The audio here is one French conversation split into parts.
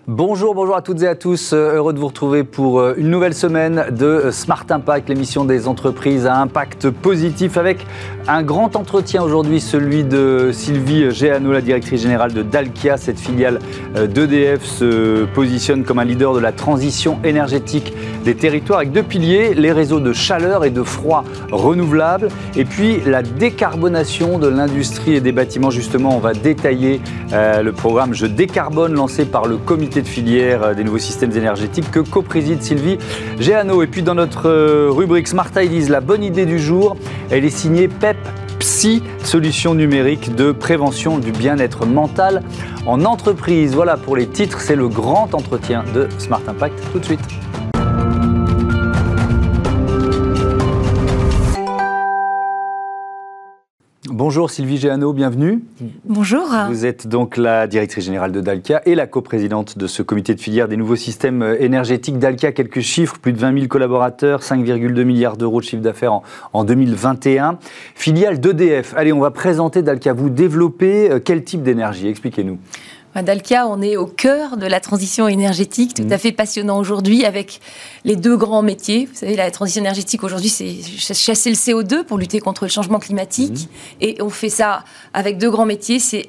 Bonjour à toutes et à tous. Heureux de vous retrouver pour une nouvelle semaine de Smart Impact, l'émission des entreprises à impact positif avec un grand entretien aujourd'hui, celui de Sylvie Géano, la directrice générale de Dalkia. Cette filiale d'EDF se positionne comme un leader de la transition énergétique des territoires avec deux piliers, les réseaux de chaleur et de froid renouvelables et puis la décarbonation de l'industrie et des bâtiments. Justement, on va détailler le programme Je décarbone lancé par le comité de filière des nouveaux systèmes énergétiques que co-préside Sylvie Géano. Et puis dans notre rubrique Smart Ideas, la bonne idée du jour, elle est signée PEP Psy, solution numérique de prévention du bien-être mental en entreprise. Voilà pour les titres, c'est le grand entretien de Smart Impact tout de suite. Bonjour Sylvie Géano, bienvenue. Bonjour. Vous êtes donc la directrice générale de Dalkia et la coprésidente de ce comité de filière des nouveaux systèmes énergétiques. Dalkia, quelques chiffres, plus de 20 000 collaborateurs, 5,2 milliards d'euros de chiffre d'affaires en 2021. Filiale d'EDF. Allez, on va présenter Dalkia. Vous développez quel type d'énergie? Expliquez-nous. À Dalkia, on est au cœur de la transition énergétique, tout à fait passionnant aujourd'hui avec les deux grands métiers. Vous savez, la transition énergétique aujourd'hui, c'est chasser le CO2 pour lutter contre le changement climatique. Et on fait ça avec deux grands métiers. C'est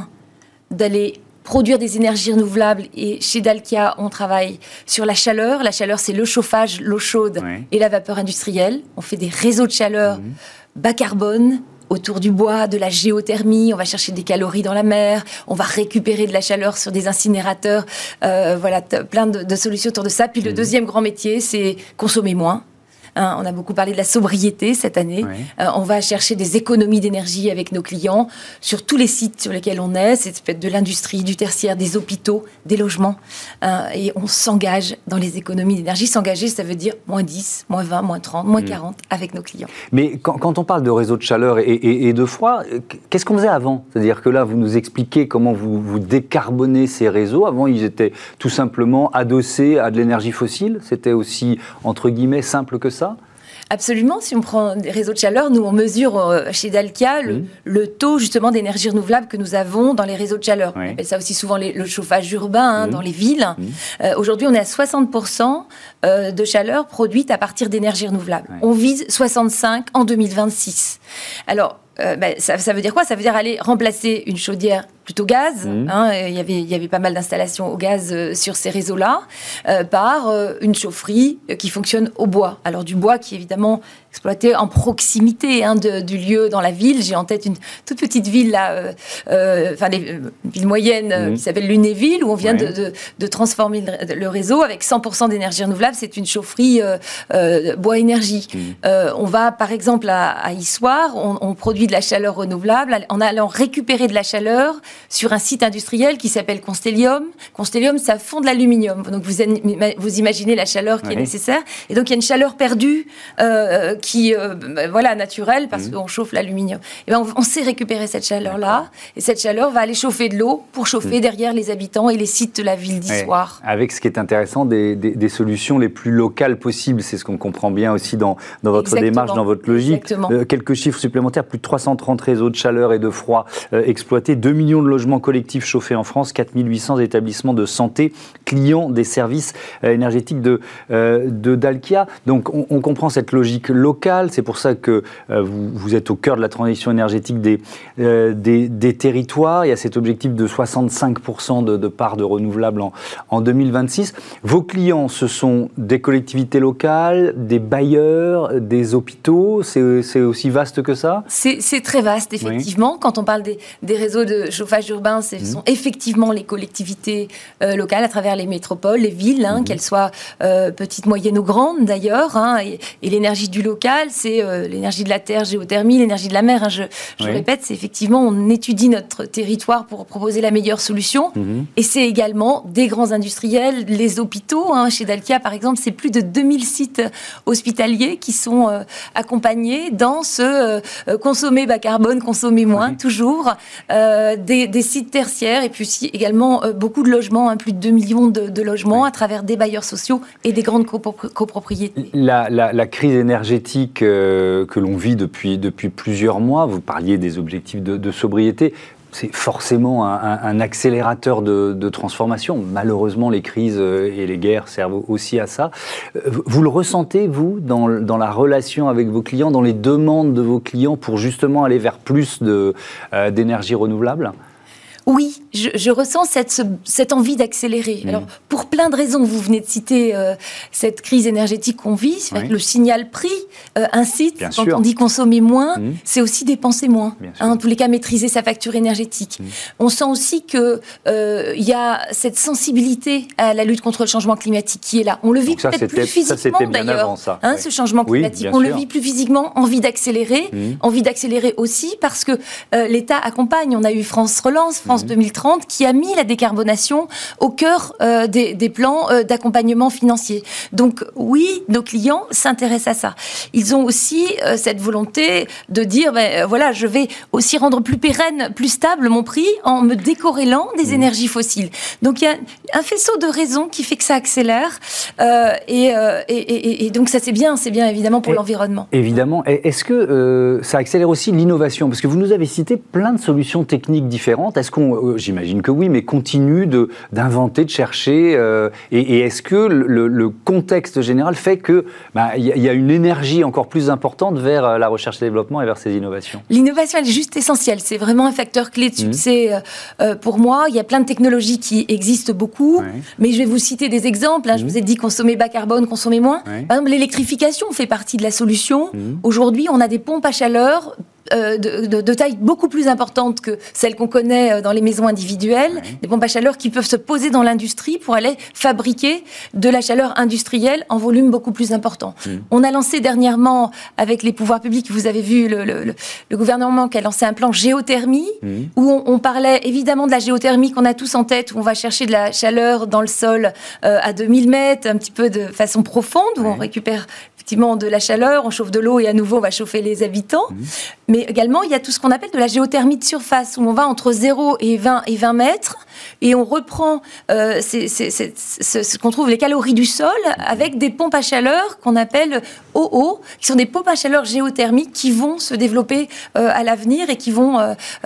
d'aller produire des énergies renouvelables. Et chez Dalkia, on travaille sur la chaleur. La chaleur, c'est le chauffage, l'eau chaude et la vapeur industrielle. On fait des réseaux de chaleur bas carbone, autour du bois, de la géothermie, on va chercher des calories dans la mer, on va récupérer de la chaleur sur des incinérateurs, voilà, plein de solutions autour de ça. Puis le deuxième grand métier, c'est consommer moins. On a beaucoup parlé de la sobriété cette année. On va chercher des économies d'énergie avec nos clients sur tous les sites sur lesquels on est. C'est peut-être de l'industrie, du tertiaire, des hôpitaux, des logements. Et on s'engage dans les économies d'énergie. S'engager, ça veut dire moins 10, moins 20, moins 30, moins 40 avec nos clients. Mais quand on parle de réseaux de chaleur et de froid, qu'est-ce qu'on faisait avant? C'est-à-dire que là, vous nous expliquez comment vous décarbonez ces réseaux. Avant, ils étaient tout simplement adossés à de l'énergie fossile. C'était aussi, entre guillemets, simple que ça? Absolument. Si on prend des réseaux de chaleur, nous, on mesure chez Dalkia le taux, justement, d'énergie renouvelable que nous avons dans les réseaux de chaleur. On appelle ça aussi souvent le chauffage urbain dans les villes. Aujourd'hui, on est à 60% de chaleur produite à partir d'énergie renouvelable. On vise 65 en 2026. Alors, ça veut dire quoi? Ça veut dire aller remplacer une chaudière plutôt gaz. Il y avait pas mal d'installations au gaz sur ces réseaux-là, par une chaufferie qui fonctionne au bois. Alors du bois qui est évidemment exploité en proximité du lieu dans la ville. J'ai en tête une toute petite ville là, une ville moyenne qui s'appelle Lunéville, où on vient de transformer le réseau avec 100% d'énergie renouvelable. C'est une chaufferie bois énergie. On va par exemple à Issoire, on produit de la chaleur renouvelable en allant récupérer de la chaleur sur un site industriel qui s'appelle Constellium. Constellium, ça fond de l'aluminium. Donc vous imaginez la chaleur qui est nécessaire. Et donc il y a une chaleur perdue naturelle, parce qu'on chauffe l'aluminium. Et on sait récupérer cette chaleur-là. Et cette chaleur va aller chauffer de l'eau pour chauffer derrière les habitants et les sites de la ville d'Issoire. Avec ce qui est intéressant, des solutions les plus locales possibles. C'est ce qu'on comprend bien aussi dans votre démarche, dans votre logique. Quelques chiffres supplémentaires. Plus de 330 réseaux de chaleur et de froid exploités. 2 millions de logements collectifs chauffés en France, 4 800 établissements de santé, clients des services énergétiques de Dalkia. Donc on comprend cette logique locale, c'est pour ça que vous êtes au cœur de la transition énergétique des territoires. Il y a cet objectif de 65% de part de renouvelables en 2026. Vos clients, ce sont des collectivités locales, des bailleurs, des hôpitaux, c'est aussi vaste que ça? C'est très vaste, effectivement. Quand on parle des réseaux de chauffage urbain, ce sont effectivement les collectivités locales à travers les métropoles, les villes, qu'elles soient petites, moyennes ou grandes d'ailleurs. Et l'énergie du local, c'est l'énergie de la terre, géothermie, l'énergie de la mer. Je répète, c'est effectivement, on étudie notre territoire pour proposer la meilleure solution. Et c'est également des grands industriels, les hôpitaux. Chez Dalkia, par exemple, c'est plus de 2000 sites hospitaliers qui sont accompagnés dans ce consommer bas carbone, consommer moins, toujours. Des sites tertiaires et puis également beaucoup de logements, plus de 2 millions de logements à travers des bailleurs sociaux et des grandes copropriétés. La crise énergétique que l'on vit depuis plusieurs mois, vous parliez des objectifs de sobriété, c'est forcément un accélérateur de transformation. Malheureusement, les crises et les guerres servent aussi à ça. Vous le ressentez, vous, dans la relation avec vos clients, dans les demandes de vos clients pour justement aller vers plus d'énergie renouvelable ? Oui, je ressens cette envie d'accélérer. Alors, pour plein de raisons, vous venez de citer cette crise énergétique qu'on vit, avec le signal prix incite, quand on dit consommer moins, c'est aussi dépenser moins. En tous les cas, maîtriser sa facture énergétique. On sent aussi qu'il y a cette sensibilité à la lutte contre le changement climatique qui est là. On le vit peut-être plus physiquement d'ailleurs, ce changement climatique. On le vit plus physiquement, envie d'accélérer aussi parce que l'État accompagne. On a eu France Relance, France 2030, qui a mis la décarbonation au cœur des plans d'accompagnement financier. Donc oui, nos clients s'intéressent à ça. Ils ont aussi cette volonté de dire, voilà, je vais aussi rendre plus pérenne, plus stable mon prix en me décorrélant des énergies fossiles. Donc il y a un faisceau de raisons qui fait que ça accélère et donc ça c'est bien évidemment pour l'environnement. Évidemment. Est-ce que ça accélère aussi l'innovation ? Parce que vous nous avez cité plein de solutions techniques différentes. Est-ce qu'on, j'imagine que oui, mais continue d'inventer, de chercher et est-ce que le contexte général fait que y a une énergie encore plus importante vers la recherche et développement et vers ces innovations ? L'innovation, elle est juste essentielle. C'est vraiment un facteur clé de succès pour moi. Il y a plein de technologies qui existent beaucoup, mais je vais vous citer des exemples. Je vous ai dit consommer bas carbone, consommer moins. Par exemple, l'électrification fait partie de la solution. Aujourd'hui, on a des pompes à chaleur de taille beaucoup plus importante que celles qu'on connaît dans les maisons individuelles, des pompes à chaleur qui peuvent se poser dans l'industrie pour aller fabriquer de la chaleur industrielle en volume beaucoup plus important. On a lancé dernièrement, avec les pouvoirs publics, vous avez vu le gouvernement qui a lancé un plan géothermie, où on parlait évidemment de la géothermie qu'on a tous en tête, où on va chercher de la chaleur dans le sol à 2000 mètres, un petit peu de façon profonde, où on récupère effectivement de la chaleur, on chauffe de l'eau et à nouveau on va chauffer les habitants. Mais également, il y a tout ce qu'on appelle de la géothermie de surface, où on va entre 0 et 20 mètres et on reprend ce qu'on trouve les calories du sol avec des pompes à chaleur qu'on appelle OO, qui sont des pompes à chaleur géothermiques qui vont se développer à l'avenir et qui vont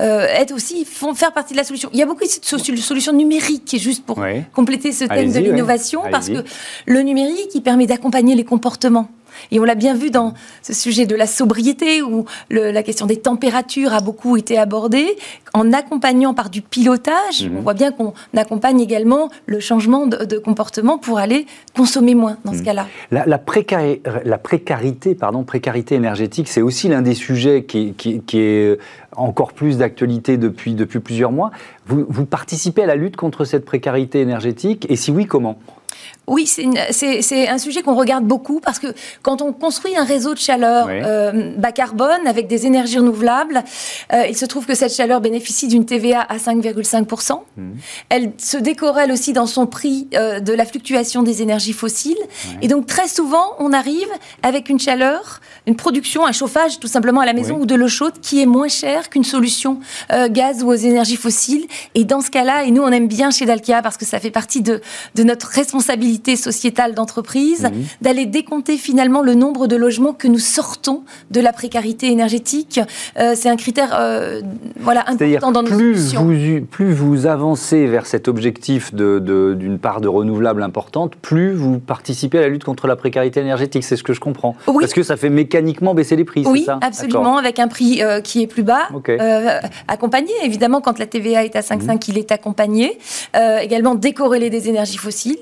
faire partie de la solution. Il y a beaucoup de solutions numériques, juste pour compléter ce thème de l'innovation, parce que le numérique, il permet d'accompagner les comportements. Et on l'a bien vu dans ce sujet de la sobriété, où la question des températures a beaucoup été abordée, en accompagnant par du pilotage. On voit bien qu'on accompagne également le changement de comportement pour aller consommer moins dans ce cas-là. La précarité énergétique, c'est aussi l'un des sujets qui est encore plus d'actualité depuis plusieurs mois. Vous participez à la lutte contre cette précarité énergétique, et si oui, comment ? Oui, c'est un sujet qu'on regarde beaucoup parce que quand on construit un réseau de chaleur bas carbone avec des énergies renouvelables, il se trouve que cette chaleur bénéficie d'une TVA à 5,5%. Elle se décorrèle aussi dans son prix de la fluctuation des énergies fossiles. Et donc très souvent, on arrive avec une chaleur, une production, un chauffage tout simplement à la maison ou de l'eau chaude qui est moins cher qu'une solution gaz ou aux énergies fossiles. Et dans ce cas-là, et nous on aime bien chez Dalkia parce que ça fait partie de notre responsabilité sociétale d'entreprise, d'aller décompter finalement le nombre de logements que nous sortons de la précarité énergétique. C'est un critère important dans nos solutions. Plus vous avancez vers cet objectif d'une part de renouvelable importante, plus vous participez à la lutte contre la précarité énergétique. C'est ce que je comprends. Oui. Parce que ça fait mécaniquement baisser les prix, c'est ça ? Oui, absolument, avec un prix qui est plus bas, accompagné. Évidemment, quand la TVA est à 5,5, il est accompagné. Également décorrélé des énergies fossiles.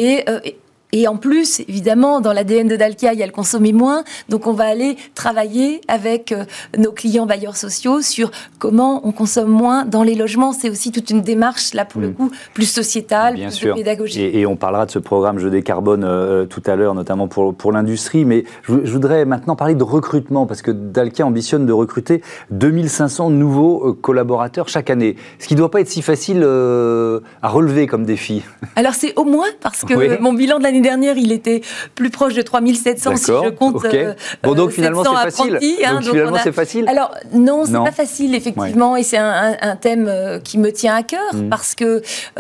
Et en plus, évidemment, dans l'ADN de Dalkia, il y a le consommer moins. Donc, on va aller travailler avec nos clients bailleurs sociaux sur comment on consomme moins dans les logements. C'est aussi toute une démarche, là, pour le coup, plus sociétale, plus de pédagogie. Et on parlera de ce programme Je décarbone tout à l'heure, notamment pour l'industrie. Mais je voudrais maintenant parler de recrutement, parce que Dalkia ambitionne de recruter 2500 nouveaux collaborateurs chaque année. Ce qui ne doit pas être si facile à relever comme défi. Alors, c'est au moins, parce que mon bilan de l'année l'année dernière, il était plus proche de 3700 si je compte. Donc finalement, c'est facile. C'est facile. Alors non, c'est pas facile effectivement, et c'est un thème qui me tient à cœur parce que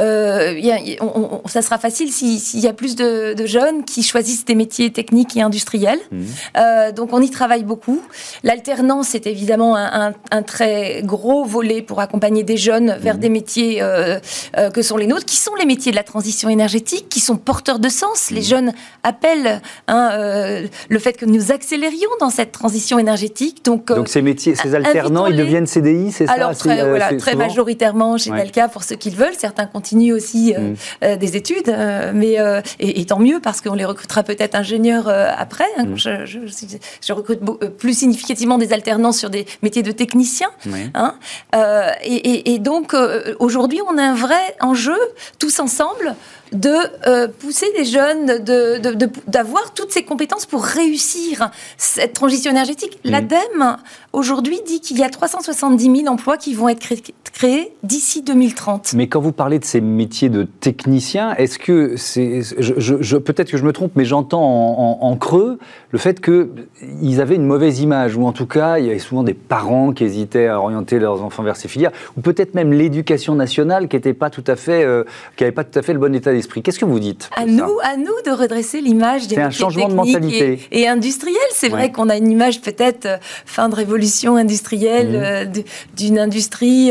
ça sera facile s'il y a plus de jeunes qui choisissent des métiers techniques et industriels. Donc on y travaille beaucoup. L'alternance est évidemment un très gros volet pour accompagner des jeunes vers des métiers que sont les nôtres, qui sont les métiers de la transition énergétique, qui sont porteurs de sens. Les jeunes appellent le fait que nous accélérions dans cette transition énergétique. Donc ces métiers, ces alternants, ils deviennent CDI, c'est ça? Alors très majoritairement chez Dalkia pour ceux qui le veulent. Certains continuent aussi des études, mais et tant mieux parce qu'on les recrutera peut-être ingénieurs après. Je recrute plus significativement des alternants sur des métiers de techniciens. Et donc aujourd'hui, on a un vrai enjeu tous ensemble de pousser les jeunes, d'avoir toutes ces compétences pour réussir cette transition énergétique. L'ADEME, aujourd'hui, dit qu'il y a 370 000 emplois qui vont être créés d'ici 2030. Mais quand vous parlez de ces métiers de techniciens, est-ce que peut-être que je me trompe, mais j'entends en creux le fait qu'ils avaient une mauvaise image, ou en tout cas, il y avait souvent des parents qui hésitaient à orienter leurs enfants vers ces filières, ou peut-être même l'éducation nationale qui n'avait pas tout à fait le bon état d'esprit. Qu'est-ce que vous dites? À nous de redresser l'image des métiers techniques et industriels. C'est vrai qu'on a une image peut-être fin de révolution industrielle d'une industrie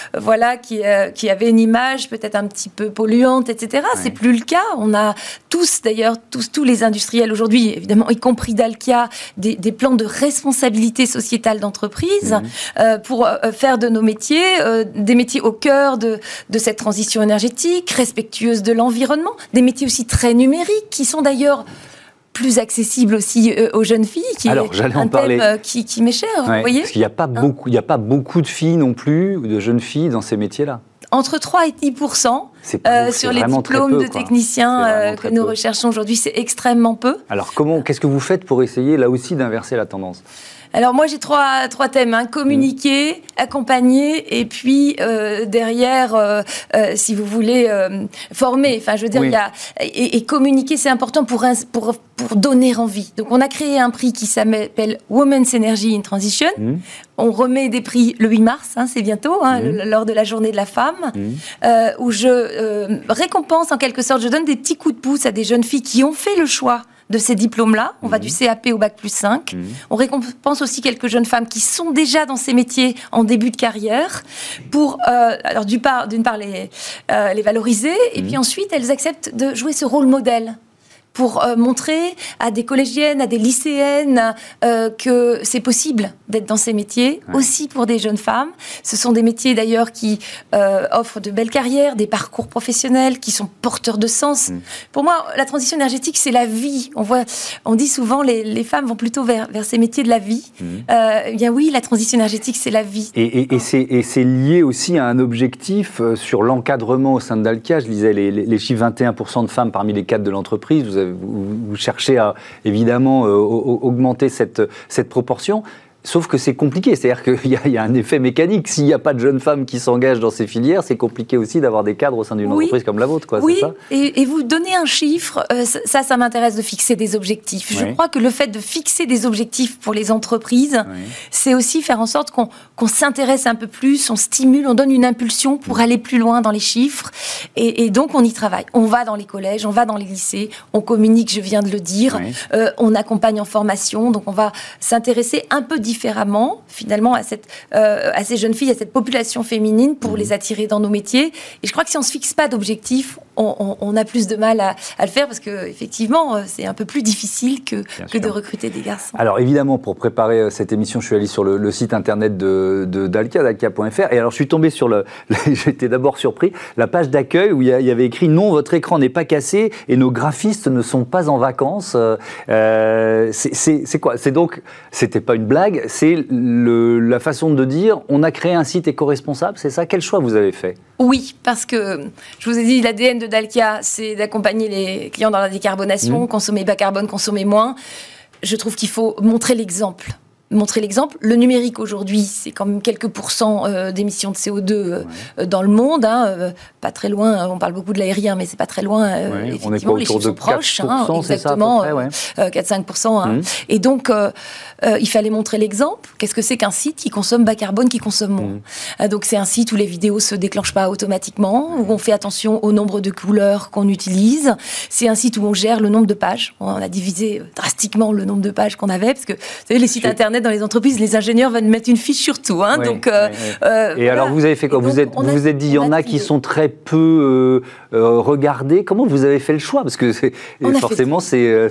qui avait une image peut-être un petit peu polluante, etc. C'est plus le cas. On a tous les industriels aujourd'hui, évidemment, y compris Dalkia, des plans de responsabilité sociétale d'entreprise pour faire de nos métiers des métiers au cœur de cette transition énergétique, respectueuse de l'environnement, des métiers aussi très numériques qui sont d'ailleurs plus accessibles aussi aux jeunes filles, qui est un thème qui m'est cher, vous voyez. Parce qu'il n'y a pas beaucoup de filles non plus, ou de jeunes filles dans ces métiers-là. Entre 3 et 10% sur les diplômes de techniciens que nous recherchons aujourd'hui, c'est extrêmement peu. Alors qu'est-ce que vous faites pour essayer là aussi d'inverser la tendance? Alors moi j'ai trois thèmes, communiquer, accompagner et puis derrière, si vous voulez, former. Enfin je veux dire, il y a et communiquer c'est important pour donner envie. Donc on a créé un prix qui s'appelle Women's Energy in Transition. On remet des prix le 8 mars, c'est bientôt, lors de la journée de la femme, où je récompense en quelque sorte, je donne des petits coups de pouce à des jeunes filles qui ont fait le choix de ces diplômes-là. On va du CAP au Bac+5. On récompense aussi quelques jeunes femmes qui sont déjà dans ces métiers en début de carrière pour, alors d'une part, les valoriser, et puis ensuite, elles acceptent de jouer ce rôle modèle pour montrer à des collégiennes, à des lycéennes que c'est possible d'être dans ces métiers, aussi pour des jeunes femmes. Ce sont des métiers d'ailleurs qui offrent de belles carrières, des parcours professionnels qui sont porteurs de sens. Pour moi, la transition énergétique, c'est la vie. On dit souvent les femmes vont plutôt vers ces métiers de la vie. Eh bien oui, la transition énergétique, c'est la vie. Et c'est lié aussi à un objectif sur l'encadrement au sein de Dalkia. Je lisais les chiffres, 21% de femmes parmi les cadres de l'entreprise. Vous cherchez à, évidemment, augmenter cette proportion. Sauf que c'est compliqué, c'est-à-dire qu'il y a un effet mécanique. S'il n'y a pas de jeunes femmes qui s'engagent dans ces filières, c'est compliqué aussi d'avoir des cadres au sein d'une entreprise comme la vôtre, quoi. Oui, c'est ça ? Et vous donnez un chiffre, ça m'intéresse de fixer des objectifs. Je crois que le fait de fixer des objectifs pour les entreprises, c'est aussi faire en sorte qu'on s'intéresse un peu plus, on stimule, on donne une impulsion pour aller plus loin dans les chiffres. Et donc, on y travaille. On va dans les collèges, on va dans les lycées, on communique, je viens de le dire, on accompagne en formation, donc on va s'intéresser un peu différemment, finalement, à ces jeunes filles, à cette population féminine pour les attirer dans nos métiers. Et je crois que si on ne se fixe pas d'objectifs, on a plus de mal à le faire parce qu'effectivement, c'est un peu plus difficile que de recruter des garçons. Alors évidemment, pour préparer cette émission, je suis allé sur le site internet de Dalkia, dalkia.fr, et alors je suis tombé sur j'étais d'abord surpris, la page d'accueil où il y avait écrit « Non, votre écran n'est pas cassé et nos graphistes ne sont pas en vacances ». C'est quoi? C'est donc, c'était pas une blague, c'est la façon de dire « On a créé un site éco-responsable », c'est ça? Quel choix vous avez fait? Oui, parce que, je vous ai dit, l'ADN de Dalkia, c'est d'accompagner les clients dans la décarbonation, consommer bas carbone, consommer moins. Je trouve qu'il faut montrer l'exemple. montrer l'exemple. Le numérique aujourd'hui, c'est quand même quelques pourcents d'émissions de CO2 dans le monde. Pas très loin, on parle beaucoup de l'aérien, mais c'est pas très loin. Effectivement, les chiffres sont proches. Exactement, 4-5%. Et donc, il fallait montrer l'exemple. Qu'est-ce que c'est qu'un site qui consomme bas carbone, qui consomme moins. Donc, c'est un site où les vidéos se déclenchent pas automatiquement, où on fait attention au nombre de couleurs qu'on utilise. C'est un site où on gère le nombre de pages. On a divisé drastiquement le nombre de pages qu'on avait, parce que, vous savez, les sites internet dans les entreprises, les ingénieurs veulent mettre une fiche sur tout. Et alors, vous avez fait quoi? Vous vous êtes dit, il y en a qui sont très peu regardés. Comment vous avez fait le choix? Parce que forcément, c'est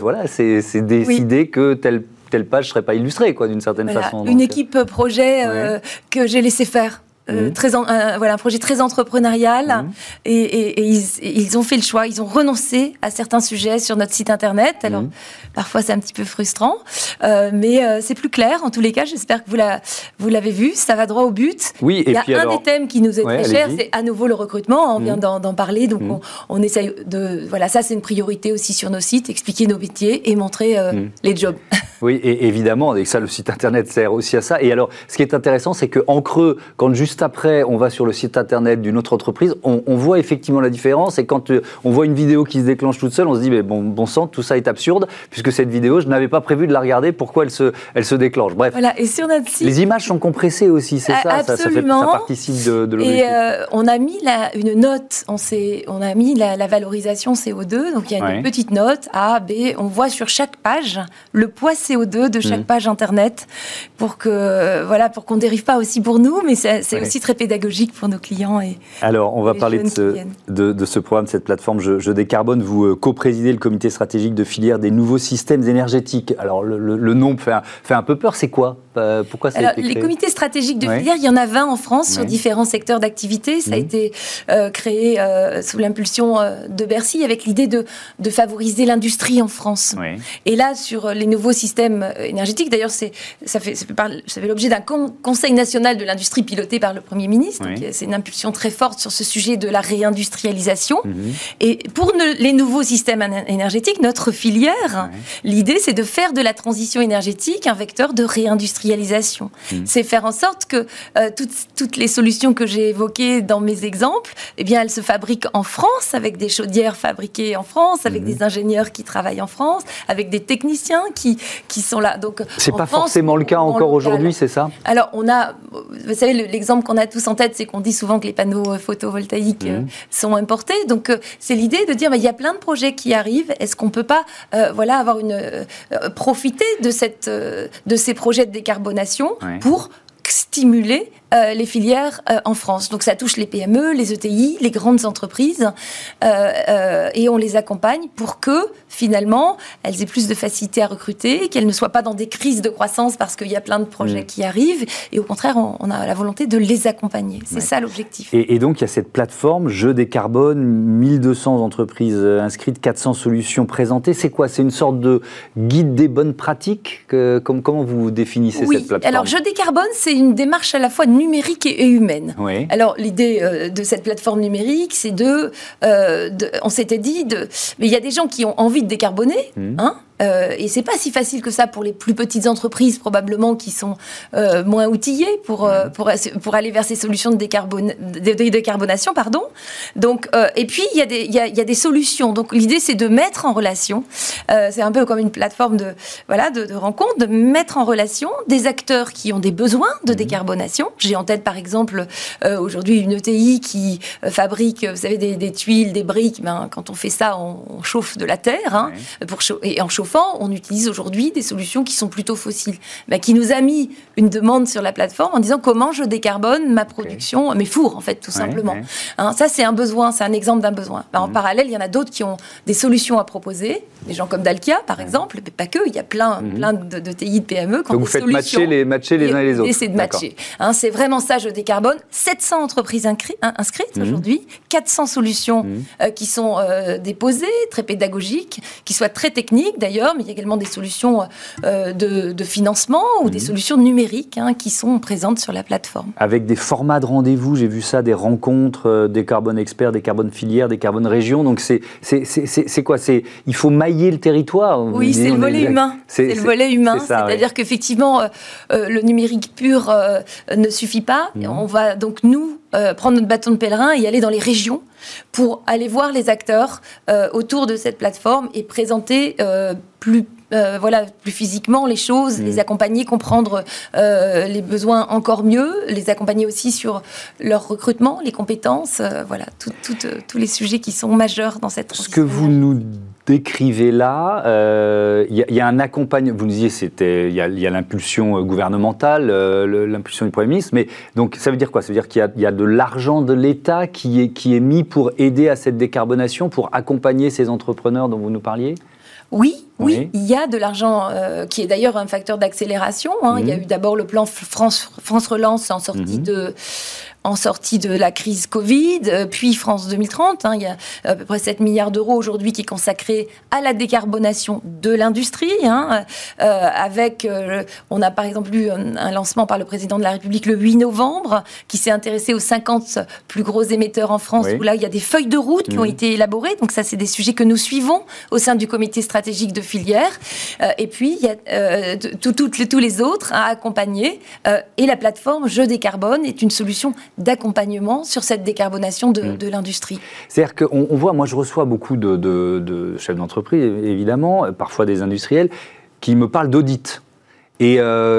décidé que telle page ne serait pas illustrée, d'une certaine façon. Une équipe projet que j'ai laissé faire. Un projet très entrepreneurial et ils ont fait le choix, ils ont renoncé à certains sujets sur notre site internet. Alors parfois c'est un petit peu frustrant, mais c'est plus clair en tous les cas. J'espère que vous l'avez vu, ça va droit au but. Oui, il y a des thèmes qui nous est très cher, c'est à nouveau le recrutement. On vient d'en parler, donc on essaye de ça c'est une priorité aussi sur nos sites, expliquer nos métiers et montrer les jobs. Oui, et évidemment, et ça le site internet sert aussi à ça. Et alors, ce qui est intéressant, c'est qu'en creux, quand juste après on va sur le site internet d'une autre entreprise, on voit effectivement la différence. Et quand on voit une vidéo qui se déclenche toute seule, on se dit, mais bon sang, tout ça est absurde, puisque cette vidéo, je n'avais pas prévu de la regarder, pourquoi elle se déclenche. Bref. Voilà, et sur notre site... Les images sont compressées aussi, c'est ça, absolument. Ça participe de l'objectif. Et on a mis une note, on a mis la valorisation CO2, donc il y a une petite note, A, B, on voit sur chaque page le poids CO2 de chaque page internet, pour qu'on ne dérive pas aussi pour nous, mais c'est aussi très pédagogique pour nos clients. Alors, on va parler de ce programme, cette plateforme Je décarbone. Vous co-présidez le comité stratégique de filière des nouveaux systèmes énergétiques. Alors, le nom fait un peu peur. C'est quoi? Pourquoi ça a été créé? Les comités stratégiques de filière, il y en a 20 en France sur différents secteurs d'activité. Ça a été créé sous l'impulsion de Bercy avec l'idée de favoriser l'industrie en France. Et là, sur les nouveaux systèmes énergétiques, d'ailleurs, ça fait l'objet d'un conseil national de l'industrie piloté par le Premier ministre. Donc, c'est une impulsion très forte sur ce sujet de la réindustrialisation. Et pour les nouveaux systèmes énergétiques, notre filière, l'idée, c'est de faire de la transition énergétique un vecteur de réindustrialisation. C'est faire en sorte que toutes les solutions que j'ai évoquées dans mes exemples, eh bien, elles se fabriquent en France, avec des chaudières fabriquées en France, avec des ingénieurs qui travaillent en France, avec des techniciens qui sont là. Donc, c'est pas forcément le cas encore aujourd'hui, c'est ça? Alors, vous savez, l'exemple qu'on a tous en tête, c'est qu'on dit souvent que les panneaux photovoltaïques sont importés. Donc, c'est l'idée de dire, il y a plein de projets qui arrivent. Est-ce qu'on peut pas, profiter de ces projets de décarbonation pour stimuler les filières en France. Donc ça touche les PME, les ETI, les grandes entreprises et on les accompagne pour que finalement elles aient plus de facilité à recruter, qu'elles ne soient pas dans des crises de croissance parce qu'il y a plein de projets qui arrivent et au contraire on a la volonté de les accompagner. C'est ça l'objectif. Et donc il y a cette plateforme Je décarbone, 1200 entreprises inscrites, 400 solutions présentées. C'est quoi? C'est une sorte de guide des bonnes pratiques? Comment vous définissez cette plateforme? Alors Je décarbone, c'est une démarche à la fois numérique et humaine. Alors l'idée de cette plateforme numérique, c'est on s'était dit, mais il y a des gens qui ont envie de décarboner, et c'est pas si facile que ça pour les plus petites entreprises probablement qui sont moins outillées pour aller vers ces solutions de décarbonation, pardon. Donc et puis il y a des solutions. Donc l'idée c'est de mettre en relation. C'est un peu comme une plateforme de rencontre, de mettre en relation des acteurs qui ont des besoins de décarbonation. J'ai en tête par exemple aujourd'hui une ETI qui fabrique, vous savez, des tuiles, des briques. Quand on fait ça, on chauffe de la terre, et en chauffant, on utilise aujourd'hui des solutions qui sont plutôt fossiles. Qui nous a mis une demande sur la plateforme en disant comment je décarbone ma production, mes fours en fait, tout simplement. Ça c'est un besoin, c'est un exemple d'un besoin. En parallèle, il y en a d'autres qui ont des solutions à proposer, des gens comme Dalkia par exemple, mais pas que, il y a plein de TI, de PME qui ont des solutions. Donc vous faites matcher les uns et les autres. C'est de matcher. C'est vraiment ça, Je décarbone. 700 entreprises inscrites aujourd'hui, 400 solutions qui sont déposées, très pédagogiques, qui soient très techniques d'ailleurs. d'ailleurs, mais il y a également des solutions de financement ou des solutions numériques qui sont présentes sur la plateforme. Avec des formats de rendez-vous, j'ai vu ça, des rencontres, des carbone experts, des carbone filières, des carbone régions. Donc c'est quoi? Il faut mailler le territoire. Oui, c'est le volet humain. C'est le volet humain. C'est-à-dire qu'effectivement, le numérique pur ne suffit pas. On va donc nous prendre notre bâton de pèlerin et aller dans les régions pour aller voir les acteurs autour de cette plateforme et présenter plus physiquement les choses, les accompagner, comprendre les besoins encore mieux, les accompagner aussi sur leur recrutement, les compétences, tous les sujets qui sont majeurs dans cette transition. Ce que vous nous décrivez là, il y a un accompagnement, vous nous disiez, il y a l'impulsion gouvernementale, l'impulsion du Premier ministre, mais donc ça veut dire quoi? Ça veut dire qu'il y a de l'argent de l'État qui est mis pour aider à cette décarbonation, pour accompagner ces entrepreneurs dont vous nous parliez? Oui, il y a de l'argent qui est d'ailleurs un facteur d'accélération. Il y a eu d'abord le plan France Relance en sortie de la crise Covid, puis France 2030. Il y a à peu près 7 milliards d'euros aujourd'hui qui est consacré à la décarbonation de l'industrie. On a par exemple eu un lancement par le président de la République le 8 novembre, qui s'est intéressé aux 50 plus gros émetteurs en France, où là, il y a des feuilles de route qui ont été élaborées. Donc ça, c'est des sujets que nous suivons au sein du comité stratégique de filière. Et puis, il y a tous les autres à accompagner. Et la plateforme Je décarbone est une solution d'accompagnement sur cette décarbonation de l'industrie. C'est-à-dire qu'on voit, moi je reçois beaucoup de chefs d'entreprise, évidemment, parfois des industriels, qui me parlent d'audit. Et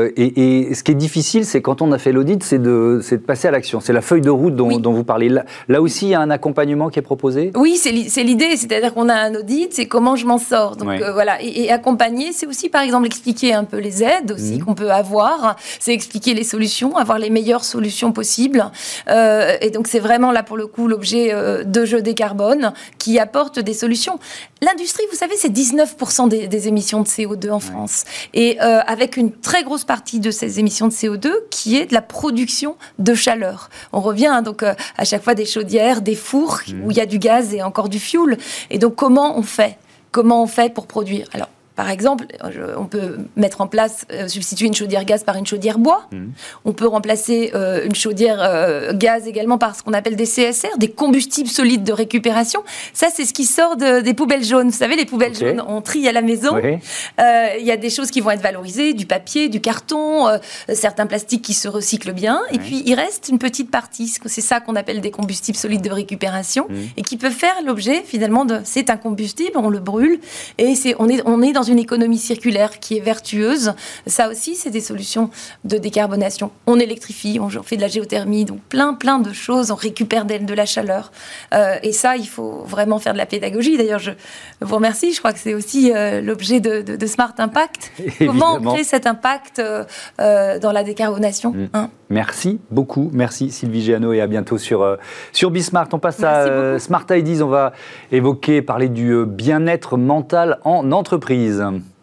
ce qui est difficile, c'est quand on a fait l'audit, c'est de passer à l'action. C'est la feuille de route dont vous parlez. Là aussi, il y a un accompagnement qui est proposé? Oui, c'est l'idée. C'est-à-dire qu'on a un audit, c'est comment je m'en sors. Donc voilà. Et accompagner, c'est aussi, par exemple, expliquer un peu les aides aussi qu'on peut avoir. C'est expliquer les solutions, avoir les meilleures solutions possibles. Et donc, c'est vraiment là, pour le coup, l'objet de Je décarbone qui apporte des solutions. L'industrie, vous savez, c'est 19% des émissions de CO2 en France. Et avec une très grosse partie de ces émissions de CO2 qui est de la production de chaleur. On revient donc à chaque fois des chaudières, des fours où il y a du gaz et encore du fioul. Et donc comment on fait pour produire? Alors, par exemple, on peut mettre en place, substituer une chaudière gaz par une chaudière bois. On peut remplacer une chaudière gaz également par ce qu'on appelle des CSR, des combustibles solides de récupération. Ça, c'est ce qui sort des poubelles jaunes. Vous savez, les poubelles jaunes, on trie à la maison. Il y a des choses qui vont être valorisées, du papier, du carton, certains plastiques qui se recyclent bien. Et puis, il reste une petite partie. C'est ça qu'on appelle des combustibles solides de récupération et qui peut faire l'objet, finalement, c'est un combustible, on le brûle. Et on est dans une économie circulaire qui est vertueuse. Ça aussi, c'est des solutions de décarbonation. On électrifie, on fait de la géothermie, donc plein de choses. On récupère de la chaleur. Et ça, il faut vraiment faire de la pédagogie. D'ailleurs, je vous remercie. Je crois que c'est aussi l'objet de Smart Impact. Comment on crée cet impact dans la décarbonation Merci beaucoup. Merci Sylvie Géano et à bientôt sur Bismart. On passe à Smart Ideas. On va parler du bien-être mental en entreprise.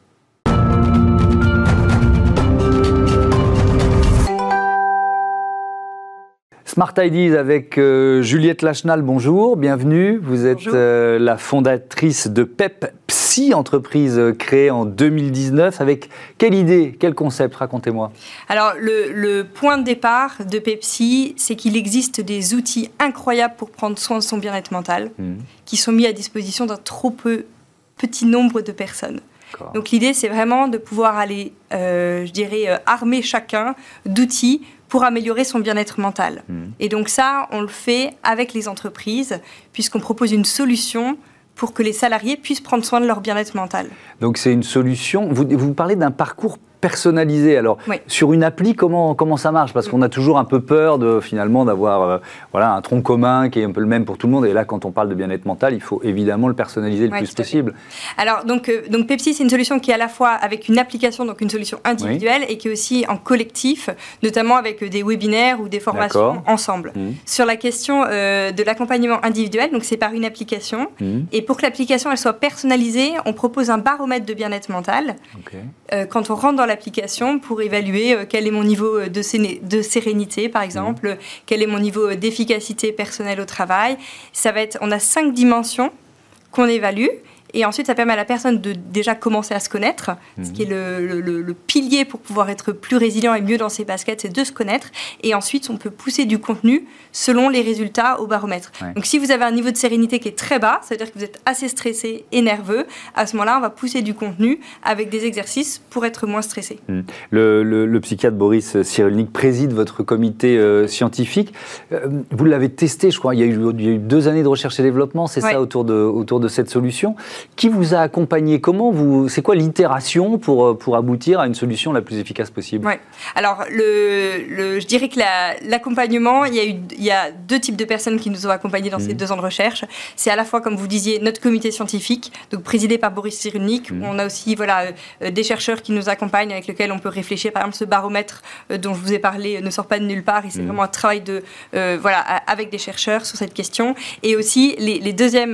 Smart Ideas avec Juliette Lachenal, bonjour, bienvenue. Vous êtes la fondatrice de PepPsy, entreprise créée en 2019. Avec quelle idée, quel concept? Racontez-moi. Alors, le point de départ de PepPsy, c'est qu'il existe des outils incroyables pour prendre soin de son bien-être mental, qui sont mis à disposition d'un trop petit nombre de personnes. Donc l'idée, c'est vraiment de pouvoir aller, armer chacun d'outils pour améliorer son bien-être mental. Et donc ça, on le fait avec les entreprises, puisqu'on propose une solution pour que les salariés puissent prendre soin de leur bien-être mental. Donc c'est une solution, vous parlez d'un parcours personnalisé. Alors, sur une appli, comment ça marche? Parce qu'on a toujours un peu peur finalement d'avoir un tronc commun qui est un peu le même pour tout le monde. Et là, quand on parle de bien-être mental, il faut évidemment le personnaliser le plus possible. Alors, donc PepPsy, c'est une solution qui est à la fois avec une application, donc une solution individuelle, et qui est aussi en collectif, notamment avec des webinaires ou des formations ensemble. Sur la question de l'accompagnement individuel, donc c'est par une application. Et pour que l'application elle soit personnalisée, on propose un baromètre de bien-être mental. Quand on rentre dans l'application pour évaluer quel est mon niveau de sérénité, par exemple, quel est mon niveau d'efficacité personnelle au travail. On a 5 dimensions qu'on évalue Et ensuite, ça permet à la personne de déjà commencer à se connaître, ce qui est le pilier pour pouvoir être plus résilient et mieux dans ses baskets, c'est de se connaître. Et ensuite, on peut pousser du contenu selon les résultats au baromètre. Ouais. Donc, si vous avez un niveau de sérénité qui est très bas, c'est-à-dire que vous êtes assez stressé et nerveux, à ce moment-là, on va pousser du contenu avec des exercices pour être moins stressé. Le psychiatre Boris Cyrulnik préside votre comité scientifique. Vous l'avez testé, je crois, il y a eu 2 années de recherche et développement, c'est ça, autour de cette solution. Qui vous a accompagné? C'est quoi l'itération pour aboutir à une solution la plus efficace possible? Alors, je dirais que l'accompagnement, il y a 2 types de personnes qui nous ont accompagnés dans ces 2 ans de recherche. C'est à la fois, comme vous disiez, notre comité scientifique, donc présidé par Boris Cyrulnik. On a aussi des chercheurs qui nous accompagnent, avec lesquels on peut réfléchir. Par exemple, ce baromètre dont je vous ai parlé ne sort pas de nulle part. Et c'est vraiment un travail avec des chercheurs sur cette question. Et aussi, les deuxièmes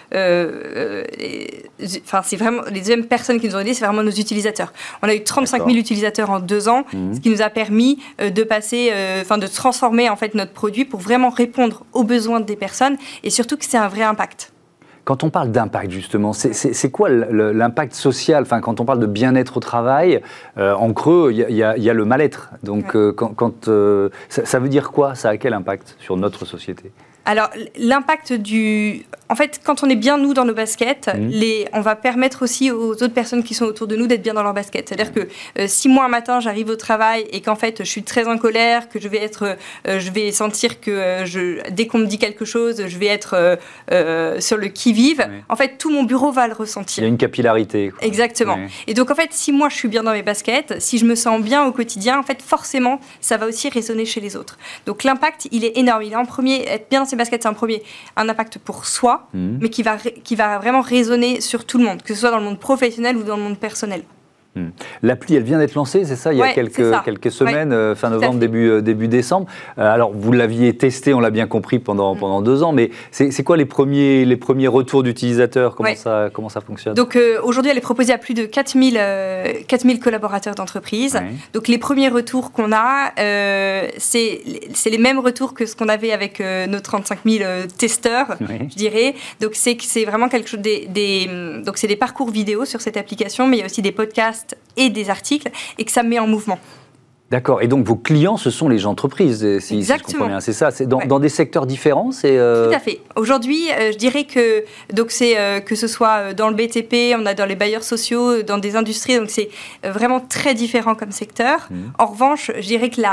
personnes qui nous ont aidés, c'est vraiment nos utilisateurs. On a eu 35 000 utilisateurs en 2 ans, ce qui nous a permis de transformer en fait notre produit pour vraiment répondre aux besoins des personnes et surtout que c'est un vrai impact. Quand on parle d'impact, justement, c'est quoi l'impact social? Enfin, quand on parle de bien-être au travail, en creux, il y a le mal-être. Donc, ça veut dire quoi? Ça a quel impact sur notre société? Alors, l'impact En fait, quand on est bien, nous, dans nos baskets, on va permettre aussi aux autres personnes qui sont autour de nous d'être bien dans leur basket. C'est-à-dire que si moi, un matin, j'arrive au travail et qu'en fait, je suis très en colère, que je vais sentir que dès qu'on me dit quelque chose, je vais être sur le qui-vive, en fait, tout mon bureau va le ressentir. Il y a une capillarité, quoi. Exactement. Et donc, en fait, si moi, je suis bien dans mes baskets, si je me sens bien au quotidien, en fait, forcément, ça va aussi résonner chez les autres. Donc, l'impact, il est énorme. Il est en premier, être bien dans ses baskets, c'est un impact pour soi, mais qui va vraiment résonner sur tout le monde, que ce soit dans le monde professionnel ou dans le monde personnel. L'appli, elle vient d'être lancée, c'est ça, il y a quelques semaines, fin novembre, début décembre. Alors, vous l'aviez testé, on l'a bien compris, pendant 2 ans, mais c'est quoi les premiers retours d'utilisateurs? Comment ça fonctionne? Donc, aujourd'hui, elle est proposée à plus de 4000 collaborateurs d'entreprise. Donc, les premiers retours qu'on a, c'est les mêmes retours que ce qu'on avait avec nos 35 000 testeurs, je dirais. Donc, c'est vraiment quelque chose donc, c'est des parcours vidéo sur cette application, mais il y a aussi des podcasts et des articles, et que ça met en mouvement. D'accord. Et donc, vos clients, ce sont les entreprises, si je comprends bien. C'est ça. C'est dans des secteurs différents. Tout à fait. Aujourd'hui, je dirais que que ce soit dans le BTP, on a dans les bailleurs sociaux, dans des industries, donc c'est vraiment très différent comme secteur. En revanche, je dirais que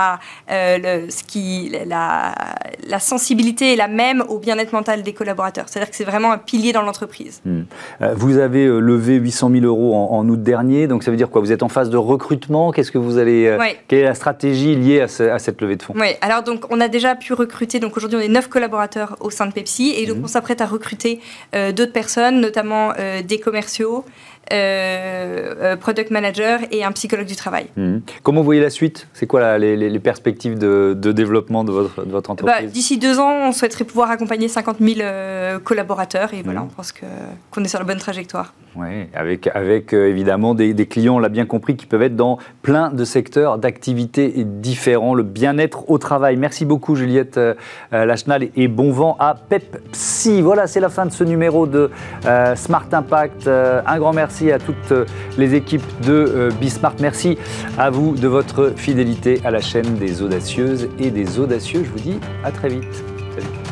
la sensibilité est la même au bien-être mental des collaborateurs. C'est-à-dire que c'est vraiment un pilier dans l'entreprise. Vous avez levé 800 000 € en août dernier. Donc, ça veut dire quoi? Vous êtes en phase de recrutement? Qu'est-ce que vous allez... Quelle est la stratégie liée à cette levée de fonds? Oui, alors donc on a déjà pu recruter, donc aujourd'hui on est 9 collaborateurs au sein de Pepsi, et donc on s'apprête à recruter d'autres personnes, notamment des commerciaux, product manager et un psychologue du travail. Comment vous voyez la suite? C'est quoi les perspectives de développement de votre entreprise? D'ici 2 ans, on souhaiterait pouvoir accompagner 50 000 collaborateurs, et voilà, on pense qu'on est sur la bonne trajectoire. Oui, avec évidemment des clients, on l'a bien compris, qui peuvent être dans plein de secteurs d'activité différents, le bien-être au travail. Merci beaucoup Juliette Lachenal, et bon vent à Pepsi. Voilà, c'est la fin de ce numéro de Smart Impact. Un grand merci à toutes les équipes de Bismart. Merci à vous de votre fidélité à la chaîne des audacieuses et des audacieux. Je vous dis à très vite. Salut.